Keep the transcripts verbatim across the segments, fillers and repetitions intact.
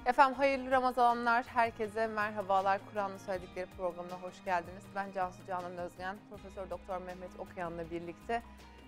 Efendim hayırlı Ramazanlar, herkese merhabalar. Kur'an'ın söyledikleri programına hoş geldiniz. Ben Cansu Canan Özgen, Profesör Doktor Mehmet Okuyan'la birlikte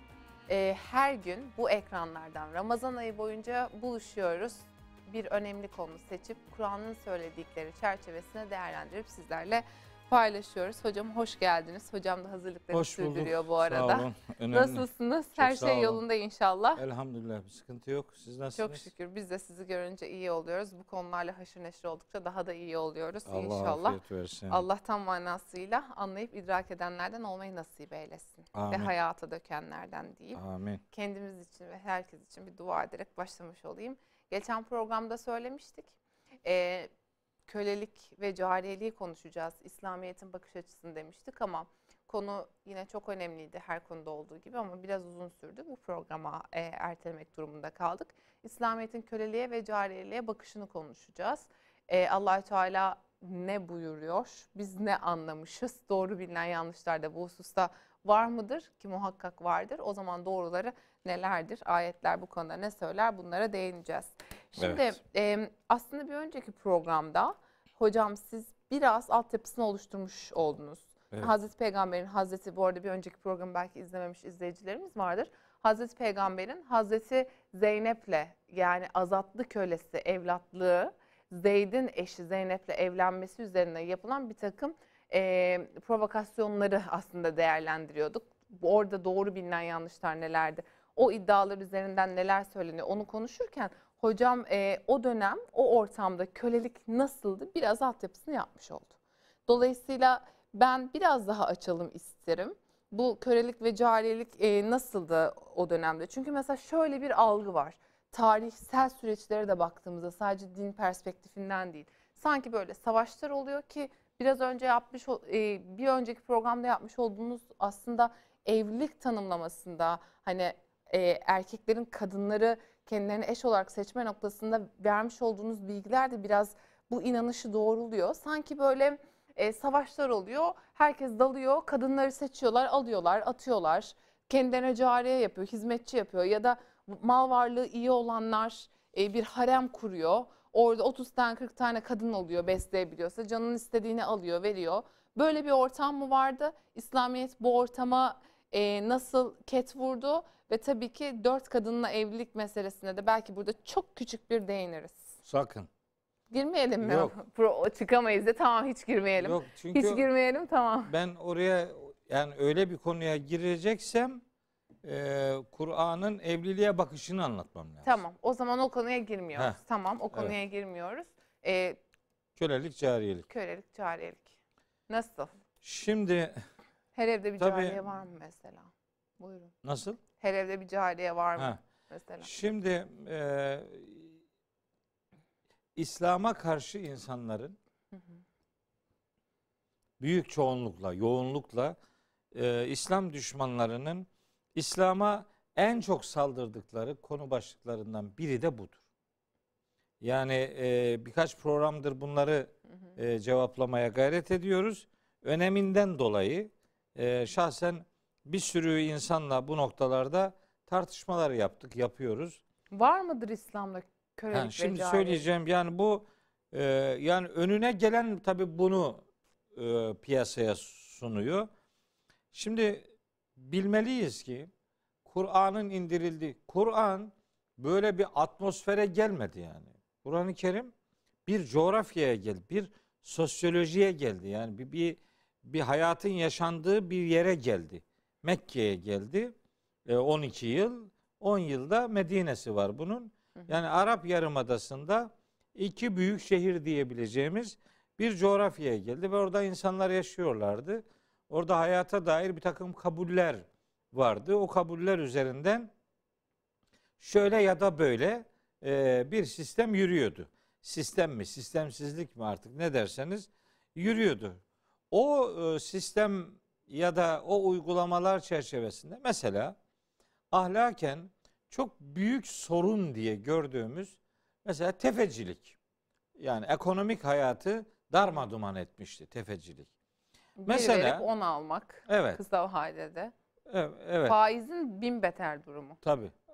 e, her gün bu ekranlardan Ramazan ayı boyunca buluşuyoruz. Bir önemli konu seçip Kur'an'ın söyledikleri çerçevesine değerlendirip sizlerle paylaşıyoruz. Hocam hoş geldiniz. Hocam da hazırlıkları hoş sürdürüyor bulduk. bu arada. Sağ olun. Önemli. Nasılsınız? Çok Her sağ şey olun. yolunda inşallah. Elhamdülillah bir sıkıntı yok. Siz nasılsınız? Çok şükür. Biz de sizi görünce iyi oluyoruz. Bu konularla haşır neşir oldukça daha da iyi oluyoruz Allah inşallah. afiyet versin. Allah tam manasıyla anlayıp idrak edenlerden olmayı nasip eylesin. Amin. Ve hayata dökenlerden diyeyim. Amin. Kendimiz için ve herkes için bir dua ederek başlamış olayım. Geçen programda söylemiştik. Ee, kölelik ve cariyeliği konuşacağız. İslamiyet'in bakış açısını demiştik ama konu yine çok önemliydi her konuda olduğu gibi ama biraz uzun sürdü. Bu programa e, ertelemek durumunda kaldık. İslamiyet'in köleliğe ve cariyeliğe bakışını konuşacağız. E, Allah-u Teala ne buyuruyor? Biz ne anlamışız? Doğru bilinen yanlışlar da bu hususta var mıdır? Ki muhakkak vardır. O zaman doğruları nelerdir? Ayetler bu konuda ne söyler? Bunlara değineceğiz. Şimdi Evet. e, aslında bir önceki programda hocam siz biraz altyapısını oluşturmuş oldunuz. Evet. Hazreti Peygamber'in, Hazreti bu arada bir önceki programı belki izlememiş izleyicilerimiz vardır. Hazreti Peygamber'in Hazreti Zeynep'le yani azatlı kölesi evlatlığı Zeyd'in eşi Zeynep'le evlenmesi üzerine yapılan bir takım e, provokasyonları aslında değerlendiriyorduk. Orada doğru bilinen yanlışlar nelerdi? O iddialar üzerinden neler söyleniyor onu konuşurken hocam e, o dönem o ortamda kölelik nasıldı biraz altyapısını yapmış oldu. Dolayısıyla ben biraz daha açalım isterim. Bu kölelik ve cariyelik e, nasıldı o dönemde? Çünkü mesela şöyle bir algı var. Tarihsel süreçlere de baktığımızda sadece din perspektifinden değil. Sanki böyle savaşlar oluyor ki biraz önce yapmış e, bir önceki programda yapmış olduğunuz aslında evlilik tanımlamasında hani e, erkeklerin kadınları kendilerini eş olarak seçme noktasında vermiş olduğunuz bilgiler de biraz bu inanışı doğruluyor. Sanki böyle E, savaşlar oluyor. Herkes dalıyor. Kadınları seçiyorlar, alıyorlar, atıyorlar. Kendilerine cariye yapıyor, hizmetçi yapıyor. Ya da mal varlığı iyi olanlar e, bir harem kuruyor. Orada otuz tane kırk tane kadın oluyor besleyebiliyorsa. Canının istediğini alıyor, veriyor. Böyle bir ortam mı vardı? İslamiyet bu ortama e, nasıl ket vurdu? Ve tabii ki dört kadınla evlilik meselesine de belki burada çok küçük bir değiniriz. Sakın. Girmeyelim mi? Yok. Pro, çıkamayız de tamam hiç girmeyelim. Yok çünkü Hiç girmeyelim tamam. ben oraya yani öyle bir konuya gireceksem e, Kur'an'ın evliliğe bakışını anlatmam lazım. Tamam o zaman o konuya girmiyoruz. Heh. Tamam o konuya Evet. girmiyoruz. Ee, Kölelik, cariyelik. kölelik, cariyelik. Nasıl? Şimdi Her evde bir Tabii. cariye var mı mesela? Buyurun. nasıl? Her evde bir cariye var mı Ha. mesela? Şimdi e, İslam'a karşı insanların Hı hı. büyük çoğunlukla, yoğunlukla e, İslam düşmanlarının İslam'a en çok saldırdıkları konu başlıklarından biri de budur. Yani e, birkaç programdır bunları Hı hı. e, cevaplamaya gayret ediyoruz. Öneminden dolayı e, şahsen bir sürü insanla bu noktalarda tartışmalar yaptık, yapıyoruz. Var mıdır İslam'da kölelik Yani ve şimdi cariyelik? söyleyeceğim yani bu e, yani önüne gelen tabii bunu e, piyasaya sunuyor. Şimdi bilmeliyiz ki Kur'an'ın indirildiği, Kur'an böyle bir atmosfere gelmedi yani. Kur'an-ı Kerim bir coğrafyaya geldi, bir sosyolojiye geldi. Yani bir, bir, bir hayatın yaşandığı bir yere geldi. Mekke'ye geldi. E, on iki yıl, on yılda Medine'si var bunun. Yani Arap Yarımadası'nda iki büyük şehir diyebileceğimiz bir coğrafyaya geldi ve orada insanlar yaşıyorlardı. Orada hayata dair bir takım kabuller vardı. O kabuller üzerinden şöyle ya da böyle e, bir sistem yürüyordu. Sistem mi, sistemsizlik mi artık ne derseniz yürüyordu. O e, sistem ya da o uygulamalar çerçevesinde mesela ahlaken çok büyük sorun diye gördüğümüz mesela tefecilik. Yani ekonomik hayatı darmaduman etmişti tefecilik. Bir Mesela- verip on almak Evet. kısa vadede. Evet, evet Faizin bin beter durumu. tabii.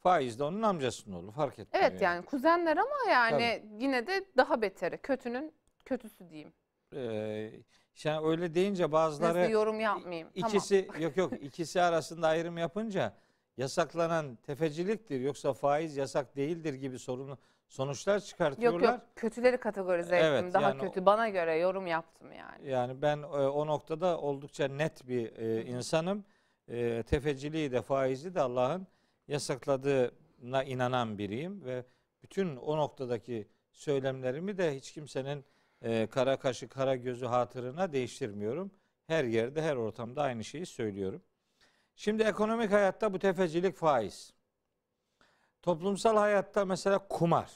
Faiz de onun amcasının oğlu, fark etmiyor. Evet yani kuzenler ama yani yine de daha beteri. Kötünün kötüsü diyeyim. Ee, yani öyle deyince bazıları Nasıl yorum yapmayayım? ikisi Tamam. yok yok ikisi arasında ayrım yapınca yasaklanan tefeciliktir yoksa faiz yasak değildir gibi sorunu sonuçlar Yok çıkartıyorlar. yok kötüleri kategorize ettim. Evet, Daha yani kötü. Bana göre yorum yaptım yani. Yani ben e, o noktada oldukça net bir e, insanım. E, tefeciliği de faizi de Allah'ın yasakladığına inanan biriyim ve bütün o noktadaki söylemlerimi de hiç kimsenin e, kara kaşı kara gözü hatırına değiştirmiyorum. Her yerde her ortamda aynı şeyi söylüyorum. Şimdi ekonomik hayatta bu tefecilik faiz. Toplumsal hayatta mesela kumar.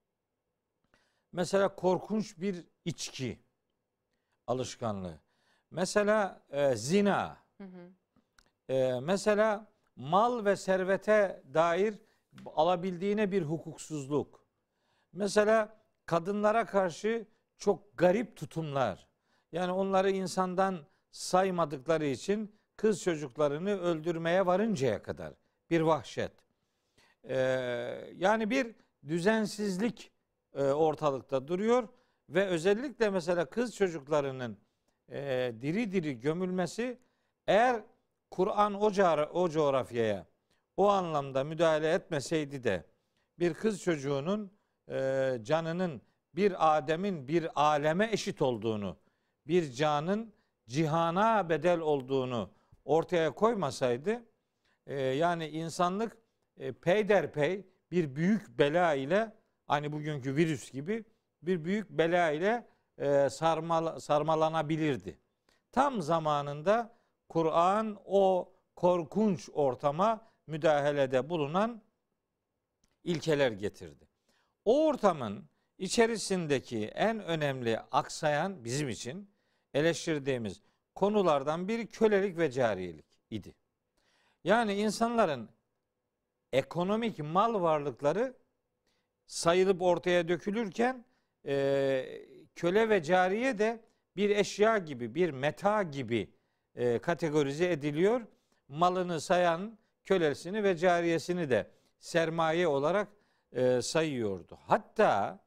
Mesela korkunç bir içki alışkanlığı. Mesela e, zina. Hı hı. E, mesela mal ve servete dair alabildiğine bir hukuksuzluk. Mesela kadınlara karşı çok garip tutumlar. Yani onları insandan saymadıkları için kız çocuklarını öldürmeye varıncaya kadar bir vahşet. E, yani bir düzensizlik e, ortalıkta duruyor ve özellikle mesela kız çocuklarının e, diri diri gömülmesi eğer Kur'an o, cara, o coğrafyaya o anlamda müdahale etmeseydi de bir kız çocuğunun e, canının bir Adem'in bir aleme eşit olduğunu, bir canın cihana bedel olduğunu ortaya koymasaydı e, yani insanlık e, peyderpey bir büyük bela ile hani bugünkü virüs gibi bir büyük bela ile e, sarmal, sarmalanabilirdi. Tam zamanında Kur'an o korkunç ortama müdahalede bulunan ilkeler getirdi. O ortamın içerisindeki en önemli aksayan bizim için eleştirdiğimiz konulardan biri kölelik ve cariyelik idi. Yani insanların ekonomik mal varlıkları sayılıp ortaya dökülürken e, köle ve cariye de bir eşya gibi, bir meta gibi e, kategorize ediliyor. Malını sayan kölesini ve cariyesini de sermaye olarak e, sayıyordu. Hatta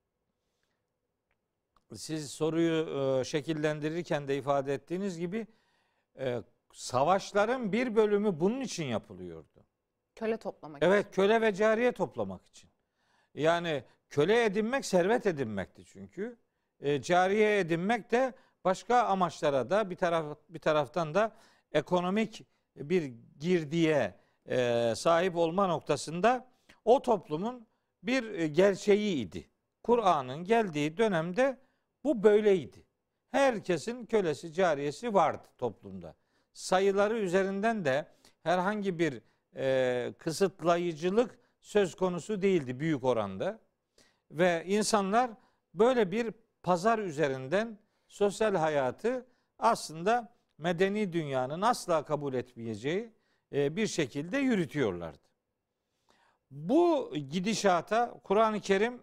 siz soruyu e, şekillendirirken de ifade ettiğiniz gibi e, savaşların bir bölümü bunun için yapılıyordu. Köle toplamak Evet, için. köle ve cariye toplamak için. Yani köle edinmek servet edinmekti çünkü. E, cariye edinmek de başka amaçlara da bir taraf bir taraftan da ekonomik bir girdiye e, sahip olma noktasında o toplumun bir gerçeğiydi. Kur'an'ın geldiği dönemde bu böyleydi. Herkesin kölesi, cariyesi vardı toplumda. Sayıları üzerinden de herhangi bir e, kısıtlayıcılık söz konusu değildi büyük oranda. Ve insanlar böyle bir pazar üzerinden sosyal hayatı aslında medeni dünyanın asla kabul etmeyeceği e, bir şekilde yürütüyorlardı. Bu gidişata Kur'an-ı Kerim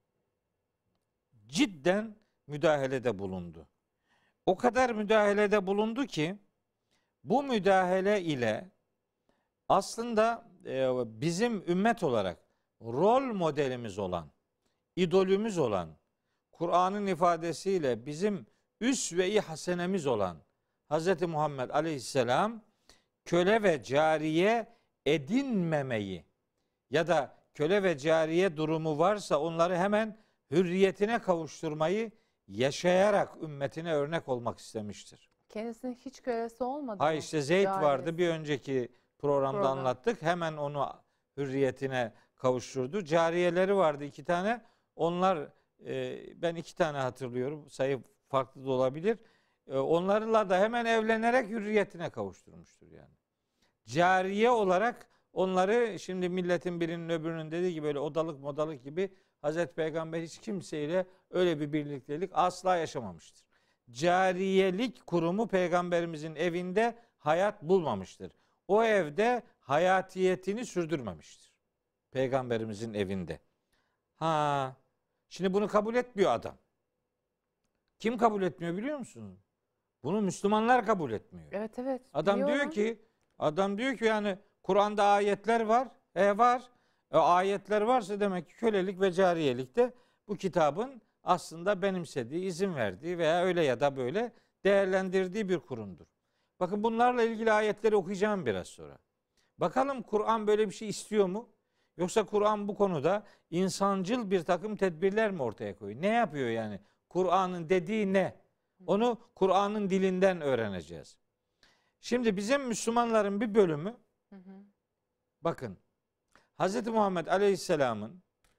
cidden müdahalede bulundu. O kadar müdahalede bulundu ki bu müdahale ile aslında e, bizim ümmet olarak rol modelimiz olan, idolümüz olan, Kur'an'ın ifadesiyle bizim üsve-i hasenemiz olan Hz. Muhammed Aleyhisselam köle ve cariye edinmemeyi ya da köle ve cariye durumu varsa onları hemen hürriyetine kavuşturmayı yaşayarak ümmetine örnek olmak istemiştir. Kendisinin hiç kölesi olmadı Ha mı? işte Zeyd Cariyesi. vardı, bir önceki programda Program. anlattık. Hemen onu hürriyetine kavuşturdu. Cariyeleri vardı iki tane. Onlar e, ben iki tane hatırlıyorum. Sayı farklı da olabilir. E, onlarla da hemen evlenerek hürriyetine kavuşturmuştur yani. Cariye olarak onları şimdi milletin birinin öbürünün dediği gibi böyle odalık modalık gibi Hazreti Peygamber hiç kimseyle öyle bir birliktelik asla yaşamamıştır. Cariyelik kurumu Peygamberimizin evinde hayat bulmamıştır. O evde hayatiyetini sürdürmemiştir. Peygamberimizin evinde. Ha, şimdi bunu kabul etmiyor adam. Kim kabul etmiyor biliyor musunuz? Bunu Müslümanlar kabul etmiyor. Evet evet. Adam biliyorum. diyor ki, adam diyor ki yani Kur'an'da ayetler var. E var. E, ayetler varsa demek ki kölelik ve cariyelik de bu kitabın aslında benimsediği, izin verdiği veya öyle ya da böyle değerlendirdiği bir kurumdur. Bakın bunlarla ilgili ayetleri okuyacağım biraz sonra. Bakalım Kur'an böyle bir şey istiyor mu? Yoksa Kur'an bu konuda insancıl bir takım tedbirler mi ortaya koyuyor? Ne yapıyor yani? Kur'an'ın dediği ne? Onu Kur'an'ın dilinden öğreneceğiz. Şimdi bizim Müslümanların bir bölümü, hı hı. bakın Hz. Muhammed Aleyhisselam'ın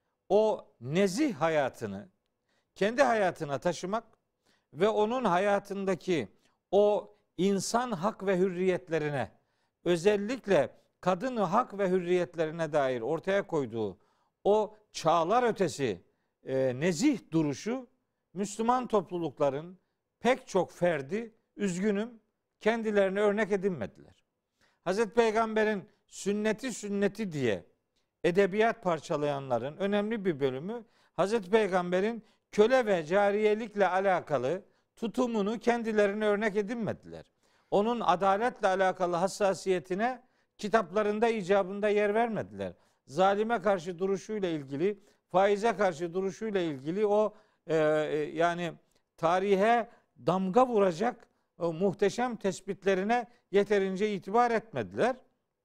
o nezih hayatını kendi hayatına taşımak ve onun hayatındaki o insan hak ve hürriyetlerine, özellikle kadın hak ve hürriyetlerine dair ortaya koyduğu o çağlar ötesi e, nezih duruşu Müslüman toplulukların pek çok ferdi, üzgünüm, kendilerine örnek edinmediler. Hazreti Peygamber'in sünneti sünneti diye edebiyat parçalayanların önemli bir bölümü Hazreti Peygamber'in köle ve cariyelikle alakalı tutumunu kendilerine örnek edinmediler. Onun adaletle alakalı hassasiyetine kitaplarında icabında yer vermediler. Zalime karşı duruşuyla ilgili, faize karşı duruşuyla ilgili o e, yani tarihe damga vuracak o muhteşem tespitlerine yeterince itibar etmediler.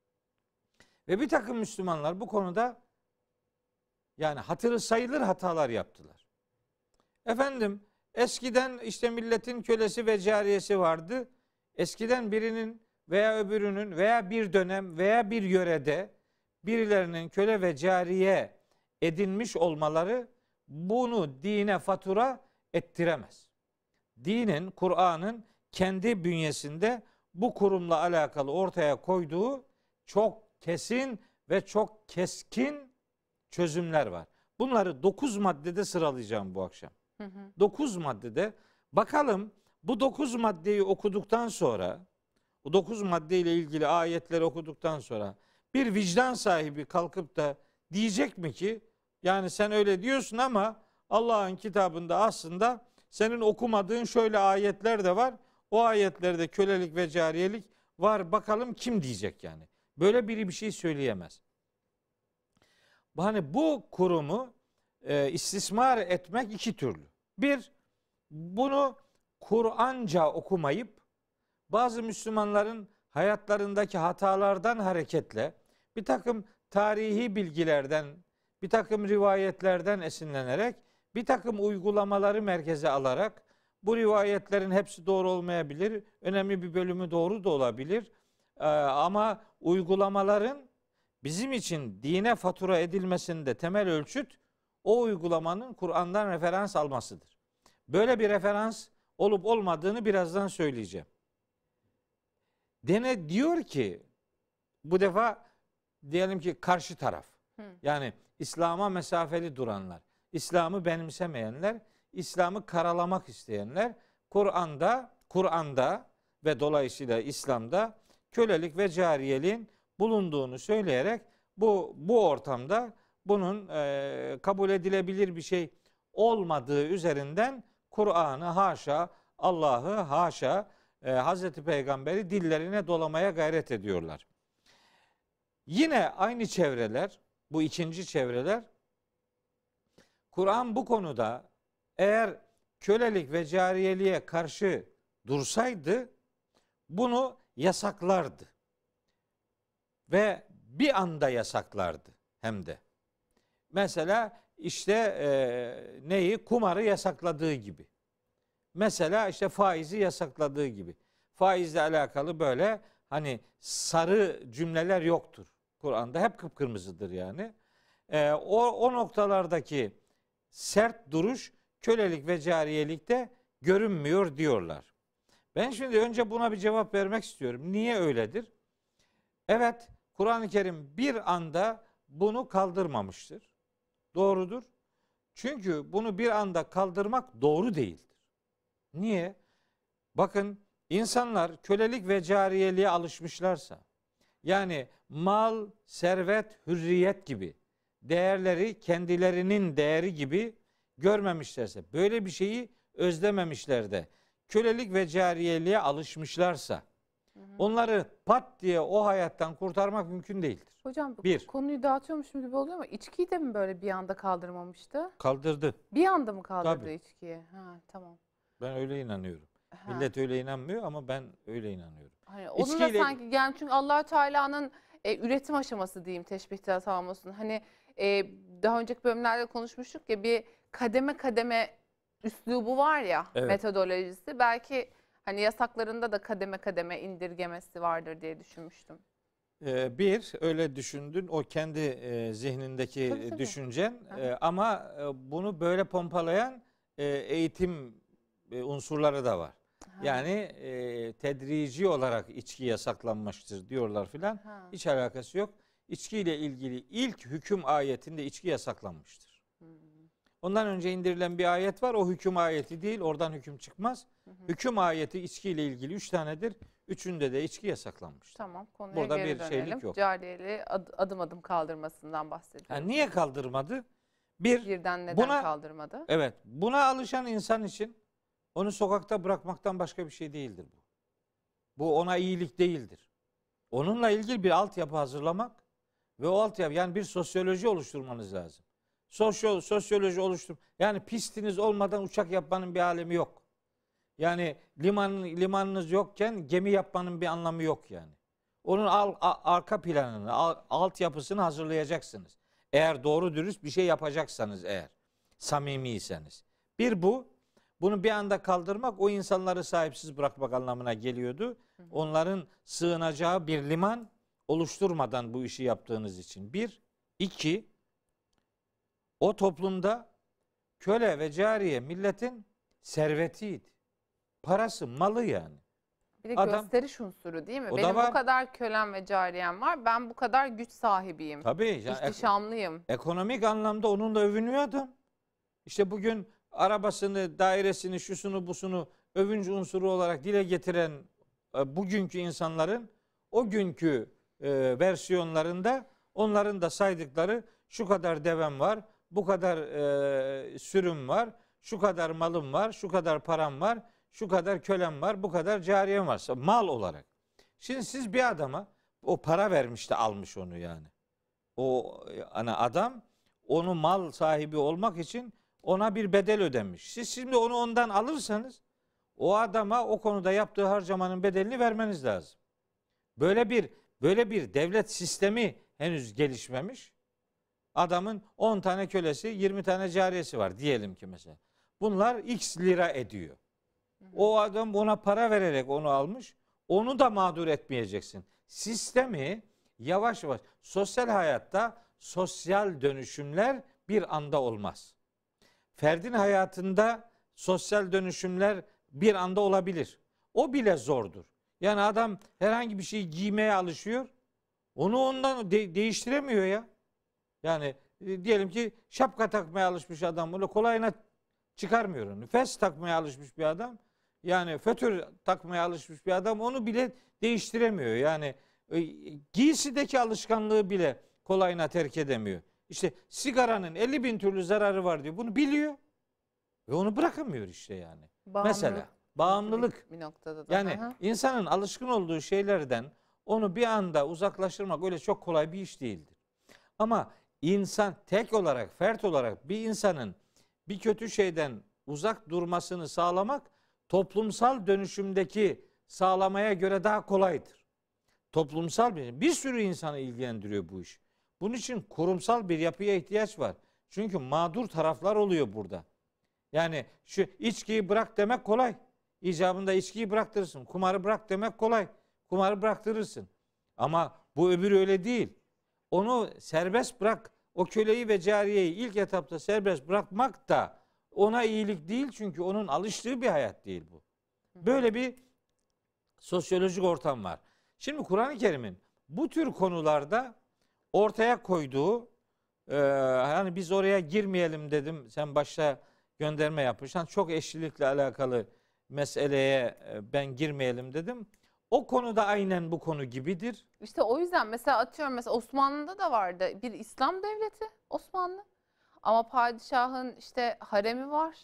Ve bir takım Müslümanlar bu konuda yani hatırı sayılır hatalar yaptılar. Efendim eskiden işte milletin kölesi ve cariyesi vardı. Eskiden birinin veya öbürünün veya bir dönem veya bir yörede birilerinin köle ve cariye edinmiş olmaları bunu dine fatura ettiremez. Dinin, Kur'an'ın kendi bünyesinde bu kurumla alakalı ortaya koyduğu çok kesin ve çok keskin çözümler var. Bunları dokuz maddede sıralayacağım bu akşam. dokuz maddede bakalım bu dokuz maddeyi okuduktan sonra, bu dokuz maddeyle ilgili ayetleri okuduktan sonra bir vicdan sahibi kalkıp da diyecek mi ki yani sen öyle diyorsun ama Allah'ın kitabında aslında senin okumadığın şöyle ayetler de var. O ayetlerde kölelik ve cariyelik var. Bakalım kim diyecek yani. Böyle biri bir şey söyleyemez. Hani bu kurumu e, istismar etmek iki türlü. Bir, bunu Kur'anca okumayıp bazı Müslümanların hayatlarındaki hatalardan hareketle bir takım tarihi bilgilerden, bir takım rivayetlerden esinlenerek bir takım uygulamaları merkeze alarak bu rivayetlerin hepsi doğru olmayabilir. Önemli bir bölümü doğru da olabilir. Ee, ama uygulamaların bizim için dine fatura edilmesinde temel ölçüt o uygulamanın Kur'an'dan referans almasıdır. Böyle bir referans olup olmadığını birazdan söyleyeceğim. Dene diyor ki bu defa diyelim ki karşı taraf. Hı. Yani İslam'a mesafeli duranlar, İslam'ı benimsemeyenler, İslam'ı karalamak isteyenler Kur'an'da, Kur'an'da ve dolayısıyla İslam'da kölelik ve cariyeliğin bulunduğunu söyleyerek bu bu ortamda bunun e, kabul edilebilir bir şey olmadığı üzerinden Kur'an'ı haşa, Allah'ı haşa, e, Hazreti Peygamber'i dillerine dolamaya gayret ediyorlar. Yine aynı çevreler, bu ikinci çevreler, Kur'an bu konuda eğer kölelik ve cariyeliğe karşı dursaydı bunu yasaklardı. Ve bir anda yasaklardı hem de. Mesela işte e, neyi? Kumarı yasakladığı gibi. Mesela işte faizi yasakladığı gibi. Faizle alakalı böyle hani sarı cümleler yoktur. Kur'an'da hep kıpkırmızıdır yani. E, o, o noktalardaki sert duruş kölelik ve cariyelikte görünmüyor diyorlar. Ben şimdi önce buna bir cevap vermek istiyorum. Niye öyledir? Evet, Kur'an-ı Kerim bir anda bunu kaldırmamıştır. Doğrudur. Çünkü bunu bir anda kaldırmak doğru değildir. Niye? Bakın insanlar kölelik ve cariyeliğe alışmışlarsa, yani mal, servet, hürriyet gibi değerleri kendilerinin değeri gibi görmemişlerse, böyle bir şeyi özlememişler de kölelik ve cariyeliğe alışmışlarsa, Onları pat diye o hayattan kurtarmak mümkün değildir. Hocam bu Bir. konuyu dağıtıyormuşum gibi oluyor ama içkiyi de mi böyle bir anda kaldırmamıştı? Kaldırdı. Bir anda mı kaldırdı Tabii. içkiyi? Ha, tamam. Ben öyle inanıyorum. Ha. Millet öyle inanmıyor ama ben öyle inanıyorum. Hani onun da İçkiyle- sanki yani çünkü Allah Teala'nın e, üretim aşaması diyeyim teşbihte tamamlasın. Hani e, daha önceki bölümlerde konuşmuştuk ya bir kademe kademe üslubu var ya Evet. metodolojisi. Belki hani yasaklarında da kademe kademe indirgemesi vardır diye düşünmüştüm. Ee, bir, öyle düşündün. O kendi e, zihnindeki Tabii, tabii. düşüncen. Aha. E, ama e, bunu böyle pompalayan e, eğitim e, unsurları da var. Ha. Yani e, tedrici olarak içki yasaklanmıştır diyorlar filan. Ha. Hiç alakası yok. İçkiyle ilgili ilk hüküm ayetinde içki yasaklanmıştır. Hmm. Ondan önce indirilen bir ayet var. O hüküm ayeti değil. Oradan hüküm çıkmaz. Hı hı. Hüküm ayeti içkiyle ilgili üç tanedir. Üçünde de içki yasaklanmıştır. Tamam konuya Burada geri bir dönelim. şeylik yok. Cariyeli ad- adım adım kaldırmasından bahsediyoruz. Yani niye kaldırmadı? Bir, Birden neden buna- kaldırmadı? evet, buna alışan insan için onu sokakta bırakmaktan başka bir şey değildir bu. Bu ona iyilik değildir. Onunla ilgili bir altyapı hazırlamak ve o altyapı yani bir sosyoloji oluşturmanız lazım. Sosyo, sosyoloji oluştur. Yani pistiniz olmadan uçak yapmanın bir alemi yok. Yani liman limanınız yokken gemi yapmanın bir anlamı yok yani. Onun al, a- arka planını, al, altyapısını hazırlayacaksınız. Eğer doğru dürüst bir şey yapacaksanız eğer, samimiyseniz. Bir bu, bunu bir anda kaldırmak o insanları sahipsiz bırakmak anlamına geliyordu. Onların sığınacağı bir liman oluşturmadan bu işi yaptığınız için. Bir, iki, o toplumda köle ve cariye milletin servetiydi. Parası, malı yani. Bir de Adam- gösteriş unsuru değil mi? O da Benim var. bu kadar kölem ve cariyem var. Ben bu kadar güç sahibiyim. Tabii. Yani ek- İhtişamlıyım. ekonomik anlamda onunla övünüyor adam. İşte bugün arabasını, dairesini, şusunu, busunu övünç unsuru olarak dile getiren e, bugünkü insanların o günkü e, versiyonlarında onların da saydıkları şu kadar devem var, bu kadar e, sürüm var, şu kadar malım var, şu kadar param var, şu kadar kölem var, bu kadar cariyem var. Mal olarak. Şimdi siz bir adama o para vermiş de almış onu yani. O hani adam onu mal sahibi olmak için ona bir bedel ödemiş. Siz şimdi onu ondan alırsanız o adama o konuda yaptığı harcamanın bedelini vermeniz lazım. Böyle bir böyle bir devlet sistemi henüz gelişmemiş. Adamın on tane kölesi, yirmi tane cariyesi var diyelim ki mesela. Bunlar X lira ediyor. O adam ona para vererek onu almış. Onu da mağdur etmeyeceksin. Sistemi yavaş yavaş sosyal hayatta sosyal dönüşümler bir anda olmaz. Ferdin hayatında sosyal dönüşümler bir anda olabilir. O bile zordur. Yani adam herhangi bir şeyi giymeye alışıyor. Onu ondan de- değiştiremiyor ya. Yani e, diyelim ki şapka takmaya alışmış adam bunu kolayına çıkarmıyor onu. Fes takmaya alışmış bir adam. Yani fötür takmaya alışmış bir adam onu bile değiştiremiyor. Yani e, giysideki alışkanlığı bile kolayına terk edemiyor. İşte sigaranın elli bin türlü zararı var diyor. Bunu biliyor. Ve onu bırakamıyor işte yani. Bağımlılık Mesela bağımlılık. bir noktada da. Yani Aha. insanın alışkın olduğu şeylerden onu bir anda uzaklaştırmak öyle çok kolay bir iş değildir. Ama insan tek olarak, fert olarak bir insanın bir kötü şeyden uzak durmasını sağlamak toplumsal dönüşümdeki sağlamaya göre daha kolaydır. Toplumsal bir bir sürü insanı ilgilendiriyor bu iş. Bunun için kurumsal bir yapıya ihtiyaç var. Çünkü mağdur taraflar oluyor burada. Yani şu içkiyi bırak demek kolay. İcabında içkiyi bıraktırırsın. Kumarı bırak demek kolay. Kumarı bıraktırırsın. Ama bu öbürü öyle değil. Onu serbest bırak. O köleyi ve cariyeyi ilk etapta serbest bırakmak da ona iyilik değil. Çünkü onun alıştığı bir hayat değil bu. Böyle bir sosyolojik ortam var. Şimdi Kur'an-ı Kerim'in bu tür konularda ortaya koyduğu e, hani biz oraya girmeyelim dedim. Sen başta gönderme yapmışsan çok eşlilikle alakalı meseleye e, ben girmeyelim dedim. O konuda aynen bu konu gibidir. İşte o yüzden mesela atıyorum mesela Osmanlı'da da vardı bir İslam devleti Osmanlı. Ama padişahın işte haremi var.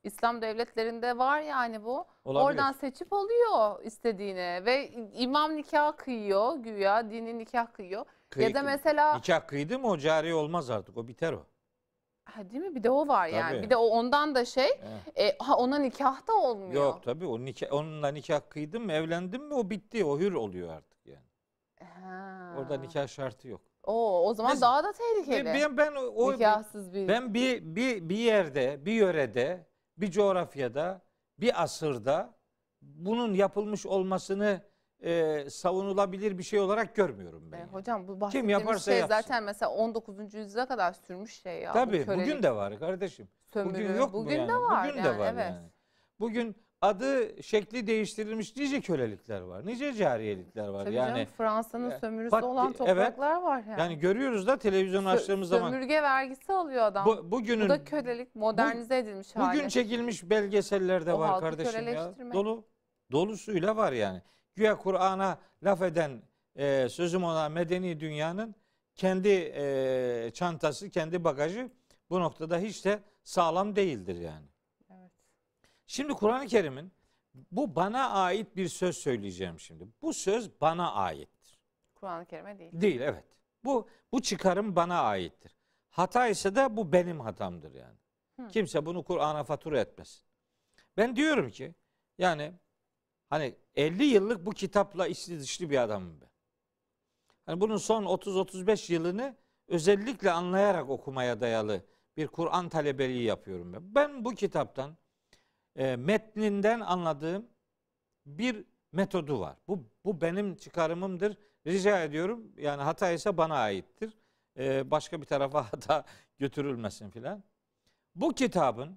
İslam devletlerinde var yani bu. Olabilir. Oradan seçip alıyor istediğini ve imam nikah kıyıyor güya, dini nikah kıyıyor. Kıy- Ya da mesela Nikah kıydı mı o cari olmaz artık. O biter o. ha, değil mi? Bir de o var yani. Tabii. Bir de o ondan da şey Evet. e, ha, ona nikah da olmuyor. Yok tabii o nikah, onunla nikah kıydın mı evlendin mi o bitti. O hür oluyor artık yani. Ha. Orada nikah şartı yok. O o zaman Mes- daha da tehlikeli. Ben, ben o Nikahsız bir. ben bir bir bir yerde, bir yörede, bir coğrafyada, bir asırda bunun yapılmış olmasını e, savunulabilir bir şey olarak görmüyorum ben. E, yani. hocam bu Kim bahsettiğimiz yaparsa şey yapsın. zaten mesela on dokuzuncu yüzyıla kadar sürmüş şey ya. Bu Tabii kölelik, bugün de var kardeşim. sömürü. Bugün yok mu Bugün yani? de var Bugün yani, de var evet. yani. Bugün adı şekli değiştirilmiş nice kölelikler var. Nice cariyelikler var. Tabii yani canım, Fransa'nın e, sömürüsü pat- olan evet. topraklar var yani. yani görüyoruz da televizyon Sö- açtığımız zaman sömürge vergisi alıyor adam. bu, Bu, bugünün da kölelik modernize edilmiş hali. bugün çekilmiş belgesellerde O var halkı kardeşim ya. köleleştirmek. Dolu dolusuyla var yani. Güya Kur'an'a laf eden e, sözüm ona medeni dünyanın kendi e, çantası, kendi bagajı bu noktada hiç de sağlam değildir yani. Evet. Şimdi Kur'an-ı Kerim'in bu bana ait bir söz söyleyeceğim şimdi. Bu söz bana aittir. Kur'an-ı Kerim'e değil. Değil evet. Bu bu çıkarım bana aittir. Hata ise de bu benim hatamdır yani. Hı. Kimse bunu Kur'an'a fatura etmez. Ben diyorum ki yani hani elli yıllık bu kitapla içli dışlı bir adamım ben. Hani bunun son otuz otuz beş yılını özellikle anlayarak okumaya dayalı bir Kur'an talebeliği yapıyorum ben. Ben bu kitaptan e, metninden anladığım bir metodu var. Bu bu benim çıkarımımdır. Rica ediyorum. Yani hata ise bana aittir. E, başka bir tarafa hata götürülmesin filan. Bu kitabın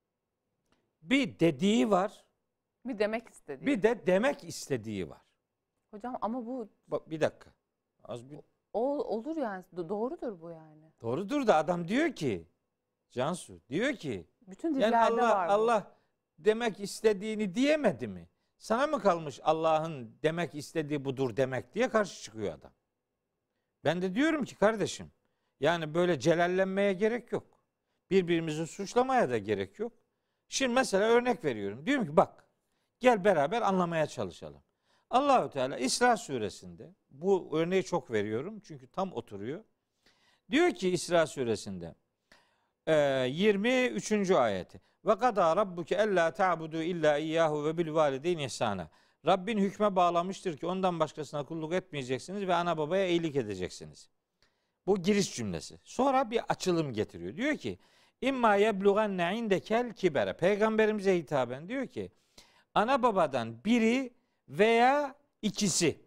bir dediği var, Bir demek istediği. bir de demek istediği var. Hocam ama bu Bak bir dakika. Az bir o olur yani. Do- Doğrudur bu yani. doğrudur da adam diyor ki Cansu diyor ki Bütün yani dillerde Allah var bu. Allah demek istediğini diyemedi mi? Sana mı kalmış Allah'ın demek istediği budur demek diye karşı çıkıyor adam. Ben de diyorum ki kardeşim yani böyle celallenmeye gerek yok. Birbirimizi suçlamaya da gerek yok. Şimdi mesela örnek veriyorum. Diyorum ki bak gel beraber anlamaya çalışalım. Allahü Teala İsra suresinde bu örneği çok veriyorum çünkü tam oturuyor. Diyor ki İsra suresinde yirmi üçüncü ayeti. Ve kadâ rabbuke ellâ ta'budu illa iyyahu ve bil valideyni ihsana. Rabbin hükme bağlamıştır ki ondan başkasına kulluk etmeyeceksiniz ve ana babaya iyilik edeceksiniz. Bu giriş cümlesi. Sonra bir açılım getiriyor. Diyor ki İmma yeblugenne indekel kibere. Peygamberimize hitaben diyor ki ana babadan biri veya ikisi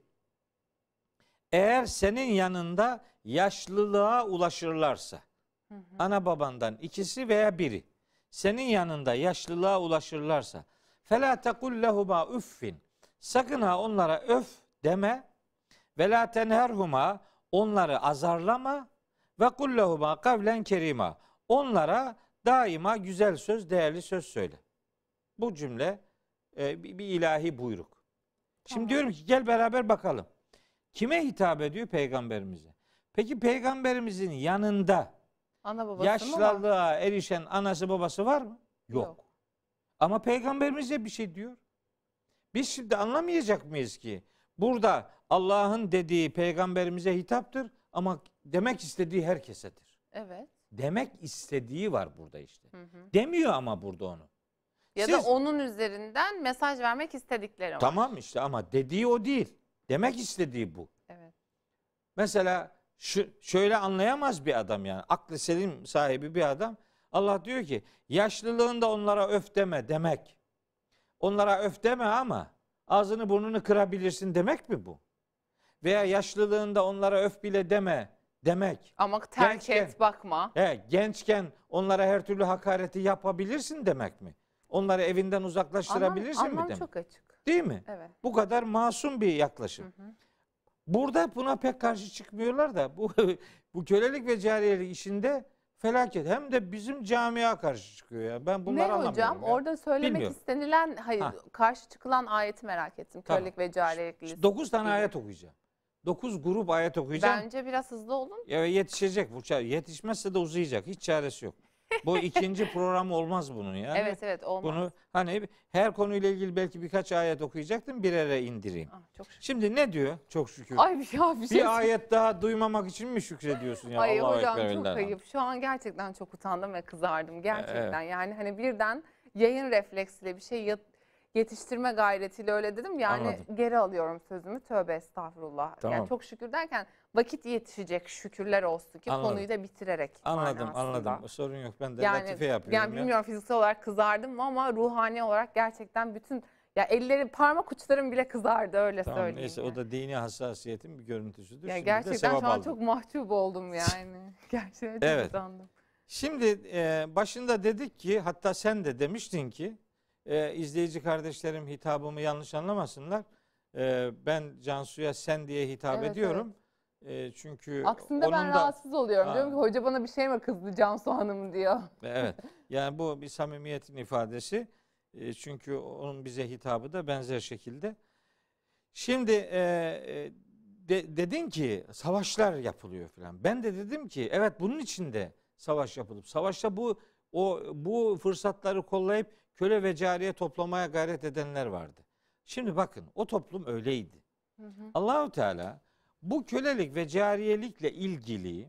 eğer senin yanında yaşlılığa ulaşırlarsa Hı hı. ana babandan ikisi veya biri senin yanında yaşlılığa ulaşırlarsa felâ tekul lehuma üffin sakın ha onlara öf deme ve la tenherhuma onları azarlama ve kul lehuma kavlen kerima onlara daima güzel söz, değerli söz söyle. Bu cümle e, bir, bir ilahi buyruk. Şimdi Tamam. diyorum ki gel beraber bakalım. Kime hitap ediyor? Peygamberimize. Peki peygamberimizin yanında Ana babası mı var? yaşlılığa erişen anası babası var mı? Yok. Yok. Ama peygamberimize bir şey diyor. Biz şimdi anlamayacak mıyız ki burada Allah'ın dediği peygamberimize hitaptır ama demek istediği herkesedir. Evet. Demek istediği var burada işte. Hı hı. Demiyor ama burada onu. Ya Siz- da onun üzerinden mesaj vermek istedikleri var. Tamam işte ama dediği o değil. Demek istediği bu. Evet. Mesela şu, şöyle anlayamaz bir adam yani. Aklı selim sahibi bir adam. Allah diyor ki yaşlılığında onlara öf deme demek. Onlara öf deme ama ağzını burnunu kırabilirsin demek mi bu? Veya yaşlılığında onlara öf bile deme demek. Ama terk Gençken- et bakma. He, gençken onlara her türlü hakareti yapabilirsin demek mi? Onları evinden uzaklaştırabilirsin Anlam, mi anlam demek? çok açık. Değil mi? Evet. Bu kadar masum bir yaklaşım. Hı hı. Burada buna pek karşı çıkmıyorlar da bu bu kölelik ve cariyelik işinde felaket. Hem de bizim camia karşı çıkıyor ya. Ben bunları Ne anlamıyorum. hocam? ya. Orada söylemek Bilmiyorum. istenilen, hayır Ha. karşı çıkılan ayeti merak ettim. Tamam. Kölelik ve cariyelik listesi. dokuz tane gibi. ayet okuyacağım. dokuz grup ayet okuyacağım. Bence biraz hızlı olun. Ya yetişecek bu. ça- Yetişmezse de uzayacak. Hiç çaresi yok. Bu ikinci program olmaz bunun yani. Evet evet olmaz. Bunu hani her konuyla ilgili belki birkaç ayet okuyacaktım, birere indireyim. Ah, çok şükür. Şimdi ne diyor? Çok şükür. Ay bir, ya bir şey Bir ayet daha duymamak için mi şükrediyorsun ya? Ay Allahu hocam Ekber çok velillah. ayıp. Şu an gerçekten çok utandım ve kızardım. Gerçekten Evet. yani hani birden yayın refleksiyle bir şey yat- yetiştirme gayretiyle öyle dedim. Yani Anladım. geri alıyorum sözümü. Tövbe estağfurullah. Tamam. Yani çok şükür derken vakit yetişecek, şükürler olsun ki Anladım. konuyu da bitirerek Anladım, manasında. anladım. Sorun yok. Ben de Yani, latife yapıyorum yani ya. bilmiyorum fiziksel olarak kızardım mı ama ruhani olarak gerçekten bütün ya elleri parmak uçlarım bile kızardı öyle Tamam, söyleyeyim. neyse yani. o da dini hassasiyetin bir görüntüsüdür. Ya Şimdi de gerçekten sevap şu an aldım. çok mahcup oldum yani. Gerçekten çok Evet. utandım. Şimdi e, başında dedik ki, hatta sen de demiştin ki e, izleyici kardeşlerim hitabımı yanlış anlamasınlar. E, ben Cansu'ya sen diye hitap Evet, ediyorum. E, çünkü Aslında onun ben da rahatsız oluyorum. Aa. Diyorum ki hoca bana bir şey mi kızdı Cansu Hanım diyor. evet, yani bu bir samimiyetin ifadesi. E, çünkü onun bize hitabı da benzer şekilde. Şimdi e, e, de, dedin ki savaşlar yapılıyor falan. Ben de dedim ki evet, bunun için de savaş yapılıp savaşta bu o bu fırsatları kollayıp köle ve cariye toplamaya gayret edenler vardı. Şimdi bakın, o toplum öyleydi. Hı hı. Allahu Teala bu kölelik ve cariyelikle ilgili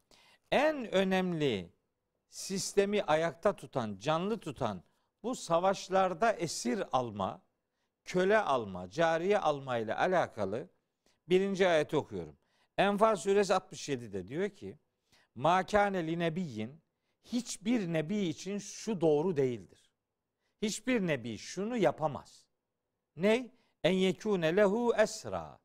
en önemli sistemi ayakta tutan, canlı tutan bu savaşlarda esir alma, köle alma, cariye alma ile alakalı birinci ayeti okuyorum. Enfal suresi altmış yedide diyor ki: "Ma kâne li nebiyyin", hiçbir nebi için şu doğru değildir. Hiçbir nebi şunu yapamaz. Ney? En yekûne lehu esra.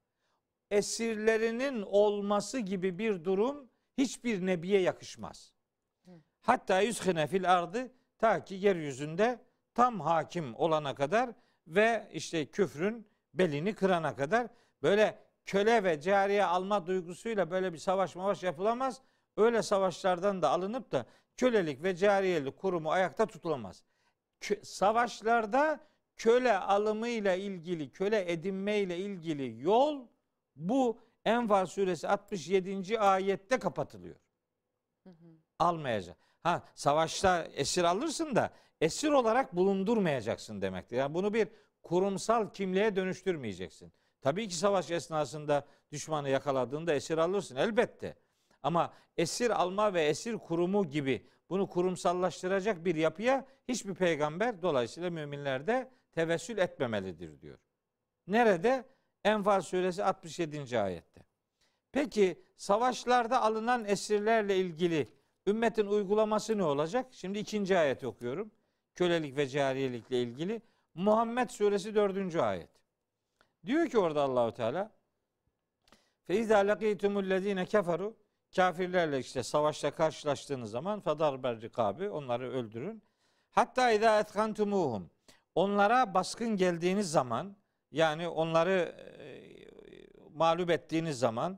Esirlerinin olması gibi bir durum hiçbir nebiye yakışmaz. Hatta yüzhine fil ardı, ta ki yeryüzünde tam hakim olana kadar ve işte küfrün belini kırana kadar. Böyle köle ve cariye alma duygusuyla böyle bir savaş mavaş yapılamaz. Öyle savaşlardan da alınıp da kölelik ve cariyelik kurumu ayakta tutulamaz. Kö- savaşlarda köle alımıyla ilgili, köle edinmeyle ilgili yol bu Enfal suresi altmış yedinci ayette kapatılıyor. Hı hı. Almayacak. Ha, savaşta esir alırsın da esir olarak bulundurmayacaksın demektir. Yani bunu bir kurumsal kimliğe dönüştürmeyeceksin. Tabii ki savaş esnasında düşmanı yakaladığında esir alırsın elbette. Ama esir alma ve esir kurumu gibi bunu kurumsallaştıracak bir yapıya hiçbir peygamber, dolayısıyla müminler de tevessül etmemelidir diyor. Nerede? Enfal suresi altmış yedinci ayette. Peki savaşlarda alınan esirlerle ilgili ümmetin uygulaması ne olacak? Şimdi ikinci ayeti okuyorum. Kölelik ve cariyelikle ilgili. Muhammed suresi dördüncü ayet. Diyor ki orada Allahu Teala: "Fe izâ lekîtumullezîne keferu", kafirlerle işte savaşta karşılaştığınız zaman "fedarber rikabi", onları öldürün. "Hatta izâ etkantumuhum", onlara baskın geldiğiniz zaman, yani onları e, mağlup ettiğiniz zaman,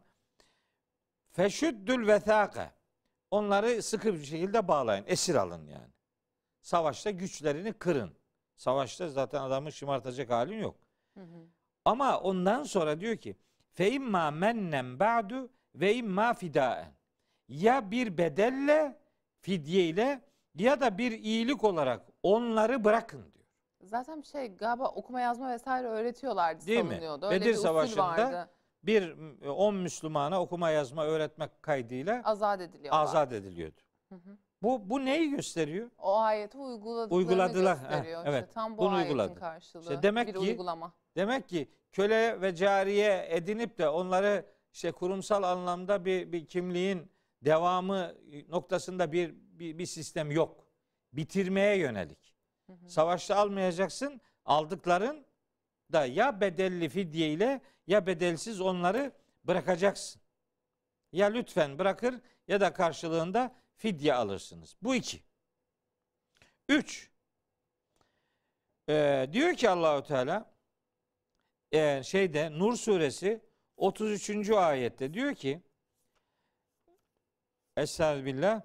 "feşüddül vesâke", onları sıkı bir şekilde bağlayın, esir alın yani. Savaşta güçlerini kırın. Savaşta zaten adamı şımartacak halin yok. Hı hı. Ama ondan sonra diyor ki: "Fe imma mennen ba'du ve imma fidaen", ya bir bedelle, fidye ile, ya da bir iyilik olarak onları bırakın diyor. Zaten bir şey galiba okuma yazma vesaire öğretiyorlardı, Değil mi? sanılıyordu. Öyle Bedir bir usul Savaşı'nda vardı. bir on Müslümana okuma yazma öğretmek kaydıyla Azat ediliyorlar. azat ediliyordu. Hı hı. Bu bu neyi gösteriyor? O ayeti uyguladıklarını Uyguladılar. gösteriyor. Heh, evet. İşte tam bu Bunu ayetin uyguladı. karşılığı. İşte demek bir ki- uygulama. Demek ki köle ve cariye edinip de onları işte kurumsal anlamda bir, bir kimliğin devamı noktasında bir, bir, bir sistem yok. Bitirmeye yönelik. Hı hı. Savaşta almayacaksın. Aldıkların da ya bedelli fidye ile ya bedelsiz onları bırakacaksın. Ya lütfen bırakır ya da karşılığında fidye alırsınız. Bu iki. Üç. Ee, diyor ki Allahu Teala e, şeyde Nur suresi otuz üçüncü ayette diyor ki: Estağfirullah.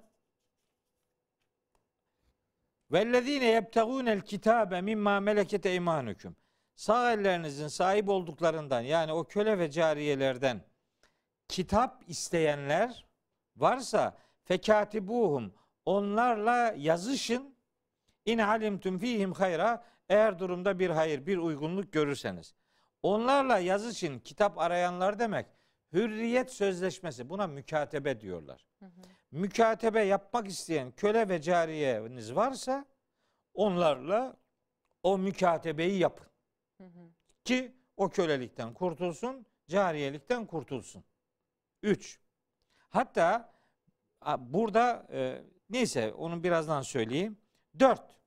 Vellezine yebtegunel kitabe mimma meleket eymanukum. Sağ ellerinizin sahip olduklarından, yani o köle ve cariyelerden kitap isteyenler varsa fekatibuhum, onlarla yazışın. İn alimtum fihim hayra, eğer durumda bir hayır, bir uygunluk görürseniz. Onlarla yazışın, kitap arayanlar demek. Hürriyet sözleşmesi, buna mükatebe diyorlar. Hı hı. Mükatebe yapmak isteyen köle ve cariyeniz varsa onlarla o mükatebeyi yapın. Hı hı. Ki o kölelikten kurtulsun, cariyelikten kurtulsun. Üç. Hatta burada e, neyse onu birazdan söyleyeyim. Dört.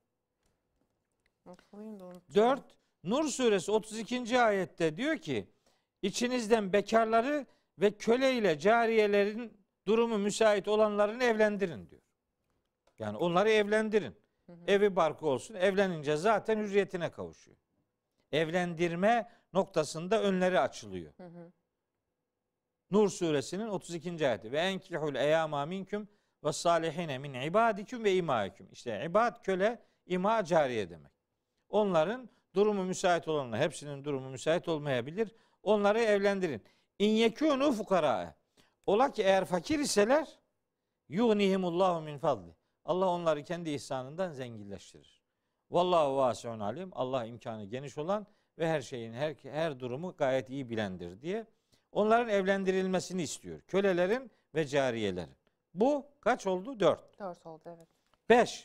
Dört. Nur suresi otuz ikinci ayette diyor ki, içinizden bekarları ve köle ile cariyelerin durumu müsait olanlarını evlendirin diyor. Yani onları evlendirin. Hı hı. Evi barkı olsun. Evlenince zaten hürriyetine kavuşuyor. Evlendirme noktasında önleri açılıyor. Hı hı. Nur suresinin otuz ikinci ayeti. Ve enkihul eyama minküm ve salihine min ibadikum ve imaikum. İşte ibad köle, ima cariye demek. Onların durumu müsait olanlar, hepsinin durumu müsait olmayabilir. Onları evlendirin. İn yekûnû fukara. Ola ki eğer fakir iseler, yugnihimullahu min fadli. Allah onları kendi ihsanından zenginleştirir. Vallahu vasiun alim. Allah imkanı geniş olan ve her şeyin, her, her durumu gayet iyi bilendir diye. Onların evlendirilmesini istiyor. Kölelerin ve cariyelerin. Bu kaç oldu? Dört. Dört oldu, evet. Beş.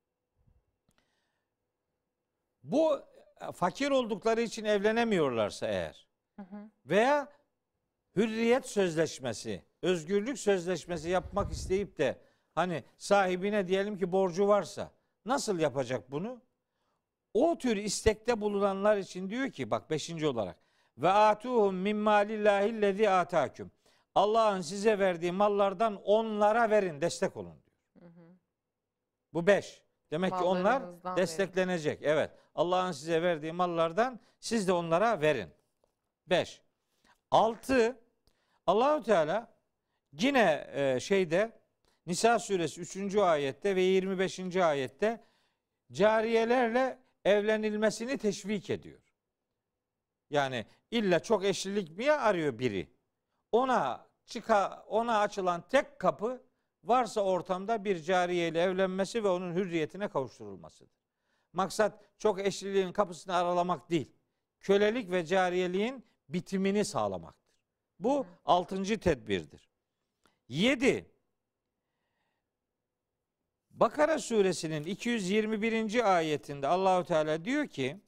Bu fakir oldukları için evlenemiyorlarsa eğer, hı hı, veya hürriyet sözleşmesi, özgürlük sözleşmesi yapmak isteyip de hani sahibine diyelim ki borcu varsa nasıl yapacak bunu? O tür istekte bulunanlar için diyor ki bak beşinci olarak ve atuhum min malillahi lezi atakum. Allah'ın size verdiği mallardan onlara verin, destek olun diyor. Hı hı. Bu beş. Demek ki onlar desteklenecek. Verin. Evet. Allah'ın size verdiği mallardan siz de onlara verin. Beş. Altı. Allahu Teala yine e, şeyde Nisa suresi üçüncü ayette ve yirmi beşinci ayette cariyelerle evlenilmesini teşvik ediyor. Yani illa çok eşlilik mi arıyor biri? Ona çıka ona açılan tek kapı varsa ortamda bir cariyeyle evlenmesi ve onun hürriyetine kavuşturulmasıdır. Maksat çok eşliliğin kapısını aralamak değil. Kölelik ve cariyeliğin bitimini sağlamaktır. Bu Hı. altıncı tedbirdir. Yedi. Bakara suresinin iki yüz yirmi birinci ayetinde Allahu Teala diyor ki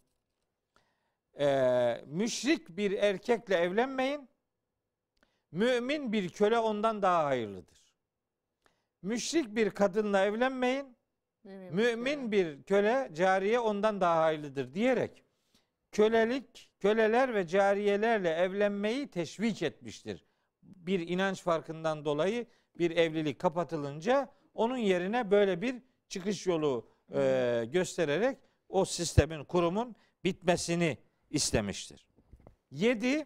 e, müşrik bir erkekle evlenmeyin. Mümin bir köle ondan daha hayırlıdır. Müşrik bir kadınla evlenmeyin. Mümin, mümin bir köle, cariye ondan daha hayırlıdır diyerek kölelik, köleler ve cariyelerle evlenmeyi teşvik etmiştir. Bir inanç farkından dolayı bir evlilik kapatılınca onun yerine böyle bir çıkış yolu e, göstererek o sistemin, kurumun bitmesini istemiştir. Yedi,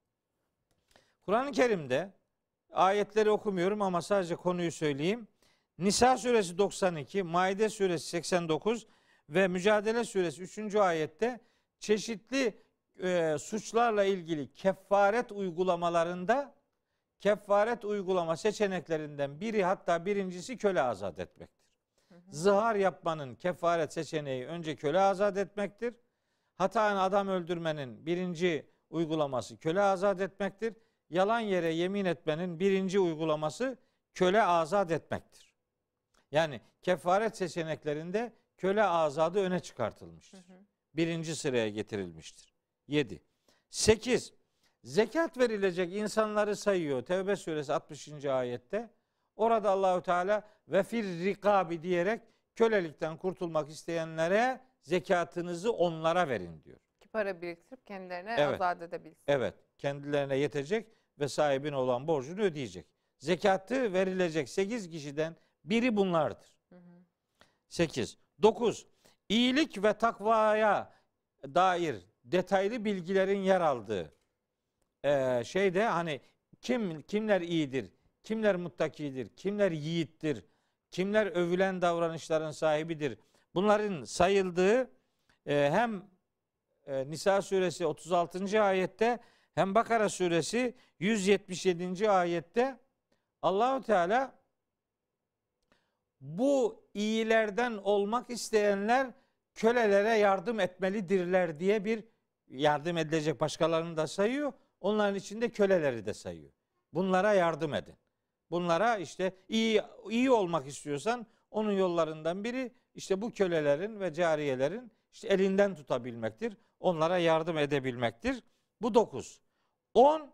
Kur'an-ı Kerim'de ayetleri okumuyorum ama sadece konuyu söyleyeyim. Nisa suresi doksan iki, Maide suresi seksen dokuz ve Mücadele suresi üçüncü ayette çeşitli e, suçlarla ilgili kefaret uygulamalarında kefaret uygulama seçeneklerinden biri, hatta birincisi köle azat etmektir. Hı hı. Zihar yapmanın kefaret seçeneği önce köle azat etmektir. Hataen adam öldürmenin birinci uygulaması köle azat etmektir. Yalan yere yemin etmenin birinci uygulaması köle azat etmektir. Yani kefaret seçeneklerinde köle azadı öne çıkartılmıştır. Hı hı. Birinci sıraya getirilmiştir. Yedi. Sekiz. Zekat verilecek insanları sayıyor. Tevbe suresi altmışıncı ayette. Orada Allahu Teala ve fir rikabi diyerek kölelikten kurtulmak isteyenlere zekatınızı onlara verin diyor. Ki para biriktirip kendilerine evet. azat edebilsin. Evet. Kendilerine yetecek ve sahibine olan borcunu ödeyecek. Zekatı verilecek sekiz kişiden biri bunlardır. Hı hı. Sekiz. Dokuz. İyilik ve takvaya dair detaylı bilgilerin yer aldığı Ee, şeyde hani kim kimler iyidir, kimler muttakidir, kimler yiğittir, kimler övülen davranışların sahibidir. Bunların sayıldığı e, hem e, Nisa suresi otuz altıncı ayette hem Bakara suresi yüz yetmiş yedinci ayette Allahu Teala bu iyilerden olmak isteyenler kölelere yardım etmelidirler diye bir yardım edilecek başkalarını da sayıyor. Onların içinde köleleri de sayıyor. Bunlara yardım edin. Bunlara işte iyi iyi olmak istiyorsan onun yollarından biri işte bu kölelerin ve cariyelerin işte elinden tutabilmektir. Onlara yardım edebilmektir. Bu dokuz. On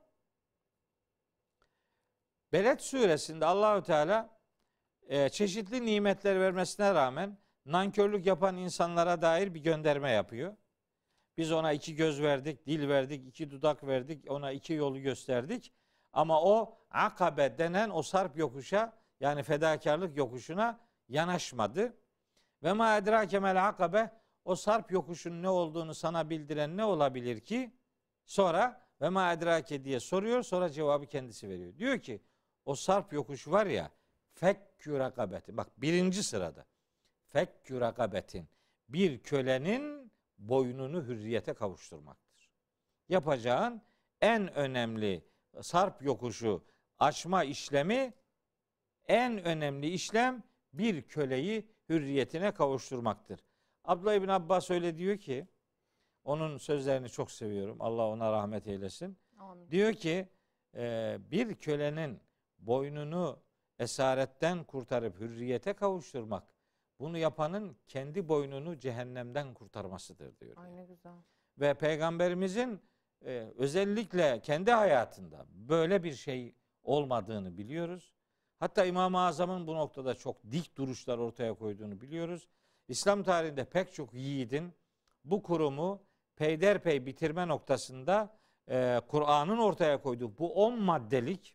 Beled suresinde Allahü Teala e, çeşitli nimetler vermesine rağmen nankörlük yapan insanlara dair bir gönderme yapıyor. Biz ona iki göz verdik, dil verdik, iki dudak verdik, ona iki yolu gösterdik. Ama o Akabe denen o sarp yokuşa, yani fedakarlık yokuşuna yanaşmadı. Ve ma edrake mel akabe, o sarp yokuşun ne olduğunu sana bildiren ne olabilir ki? Sonra ve ma edrake diye soruyor, sonra cevabı kendisi veriyor. Diyor ki o sarp yokuş var ya, fekkü rakabeti. Bak birinci sırada. Fekkü rakabetin. Bir kölenin boynunu hürriyete kavuşturmaktır. Yapacağın en önemli sarp yokuşu açma işlemi, en önemli işlem bir köleyi hürriyetine kavuşturmaktır. Abdullah İbn Abbas öyle diyor ki, onun sözlerini çok seviyorum. Allah ona rahmet eylesin. Amin. Diyor ki e, bir kölenin boynunu esaretten kurtarıp hürriyete kavuşturmak, bunu yapanın kendi boynunu cehennemden kurtarmasıdır diyor. Ay ne güzel. Ve Peygamberimizin e, özellikle kendi hayatında böyle bir şey olmadığını biliyoruz. Hatta İmam-ı Azam'ın bu noktada çok dik duruşlar ortaya koyduğunu biliyoruz. İslam tarihinde pek çok yiğidin bu kurumu peyderpey bitirme noktasında e, Kur'an'ın ortaya koyduğu bu on maddelik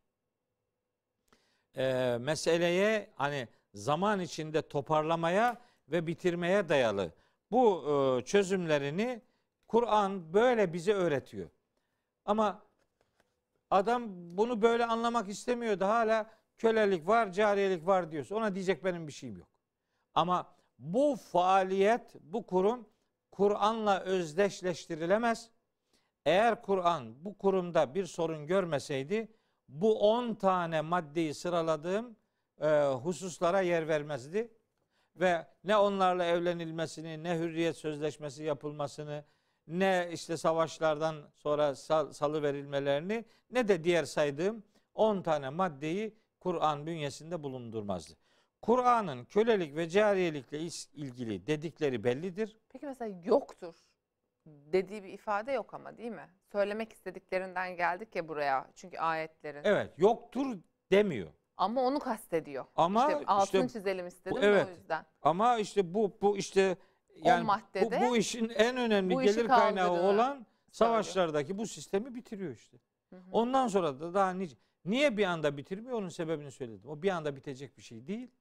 e, meseleye hani zaman içinde toparlamaya ve bitirmeye dayalı bu e, çözümlerini Kur'an böyle bize öğretiyor. Ama adam bunu böyle anlamak istemiyordu. Hala kölelik var, cariyelik var diyorsa ona diyecek benim bir şeyim yok. Ama bu faaliyet, bu kurum Kur'an'la özdeşleştirilemez. Eğer Kur'an bu kurumda bir sorun görmeseydi bu on tane maddeyi sıraladığım e, hususlara yer vermezdi. Ve ne onlarla evlenilmesini, ne hürriyet sözleşmesi yapılmasını, ne işte savaşlardan sonra sal, salı verilmelerini, ne de diğer saydığım on tane maddeyi Kur'an bünyesinde bulundurmazdı. Kur'an'ın kölelik ve cariyelikle ilgili dedikleri bellidir. Peki mesela yoktur dediği bir ifade yok ama değil mi? Söylemek istediklerinden geldik ya buraya çünkü ayetlerin. Evet, yoktur demiyor. Ama onu kastediyor. Ama işte altını işte, çizelim istedim bu, de evet. o yüzden. Ama işte bu bu işte yani maddede bu, bu işin en önemli bu işi gelir kaynağı kaldırdığını olan savaşlardaki bu sistemi bitiriyor işte. Hı hı. Ondan sonra da daha nice, niye bir anda bitirmiyor onun sebebini söyledim. O bir anda bitecek bir şey değil.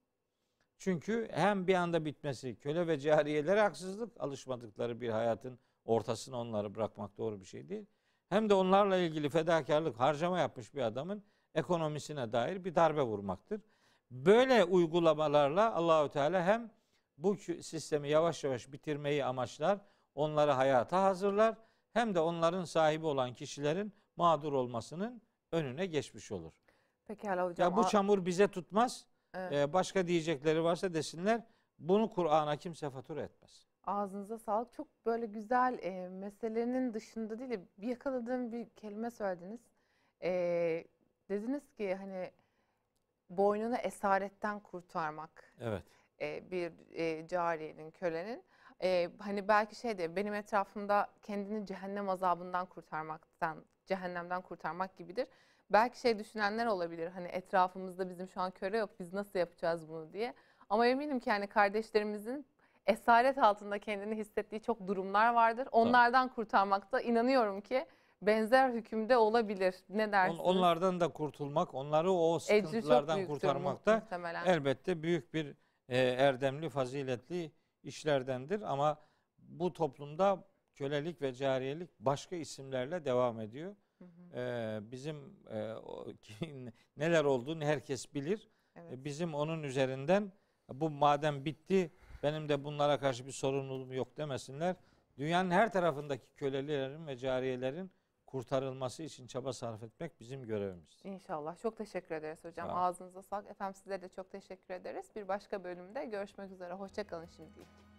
Çünkü hem bir anda bitmesi köle ve cariyelere haksızlık, alışmadıkları bir hayatın ortasına onları bırakmak doğru bir şey değil. Hem de onlarla ilgili fedakarlık, harcama yapmış bir adamın ekonomisine dair bir darbe vurmaktır. Böyle uygulamalarla Allahü Teala hem bu sistemi yavaş yavaş bitirmeyi amaçlar, onları hayata hazırlar, hem de onların sahibi olan kişilerin mağdur olmasının önüne geçmiş olur. Pekala hocam. Ya bu çamur bize tutmaz. Evet. Ee, başka diyecekleri varsa desinler. Bunu Kur'an'a kimse fatura etmez. Ağzınıza sağlık. Çok böyle güzel e, meselenin dışında değil de bir yakaladığım bir kelime söylediniz. E, dediniz ki hani boynunu esaretten kurtarmak. Evet. E, bir e, cariyenin, kölenin. E, hani belki şey de benim etrafımda kendini cehennem azabından kurtarmaktan, cehennemden kurtarmak gibidir. Belki şey düşünenler olabilir. Hani etrafımızda bizim şu an köle yok. Biz nasıl yapacağız bunu diye. Ama eminim ki yani kardeşlerimizin esaret altında kendini hissettiği çok durumlar vardır. Onlardan kurtarmakta inanıyorum ki benzer hükümde olabilir. Ne dersiniz? Onlardan da kurtulmak, onları o sıkıntılardan kurtarmak da elbette büyük bir e, erdemli, faziletli işlerdendir. Ama bu toplumda kölelik ve cariyelik başka isimlerle devam ediyor. Hı hı. Ee, bizim e, o, neler olduğunu herkes bilir. Evet. E, bizim onun üzerinden bu madem bitti, benim de bunlara karşı bir sorumluluğum yok demesinler. Dünyanın her tarafındaki kölelerin ve cariyelerin kurtarılması için çaba sarf etmek bizim görevimiz. İnşallah. Çok teşekkür ederiz hocam. Sağ olun. Ağzınıza sağlık. Efendim sizlere de çok teşekkür ederiz. Bir başka bölümde görüşmek üzere. Hoşça kalın şimdilik.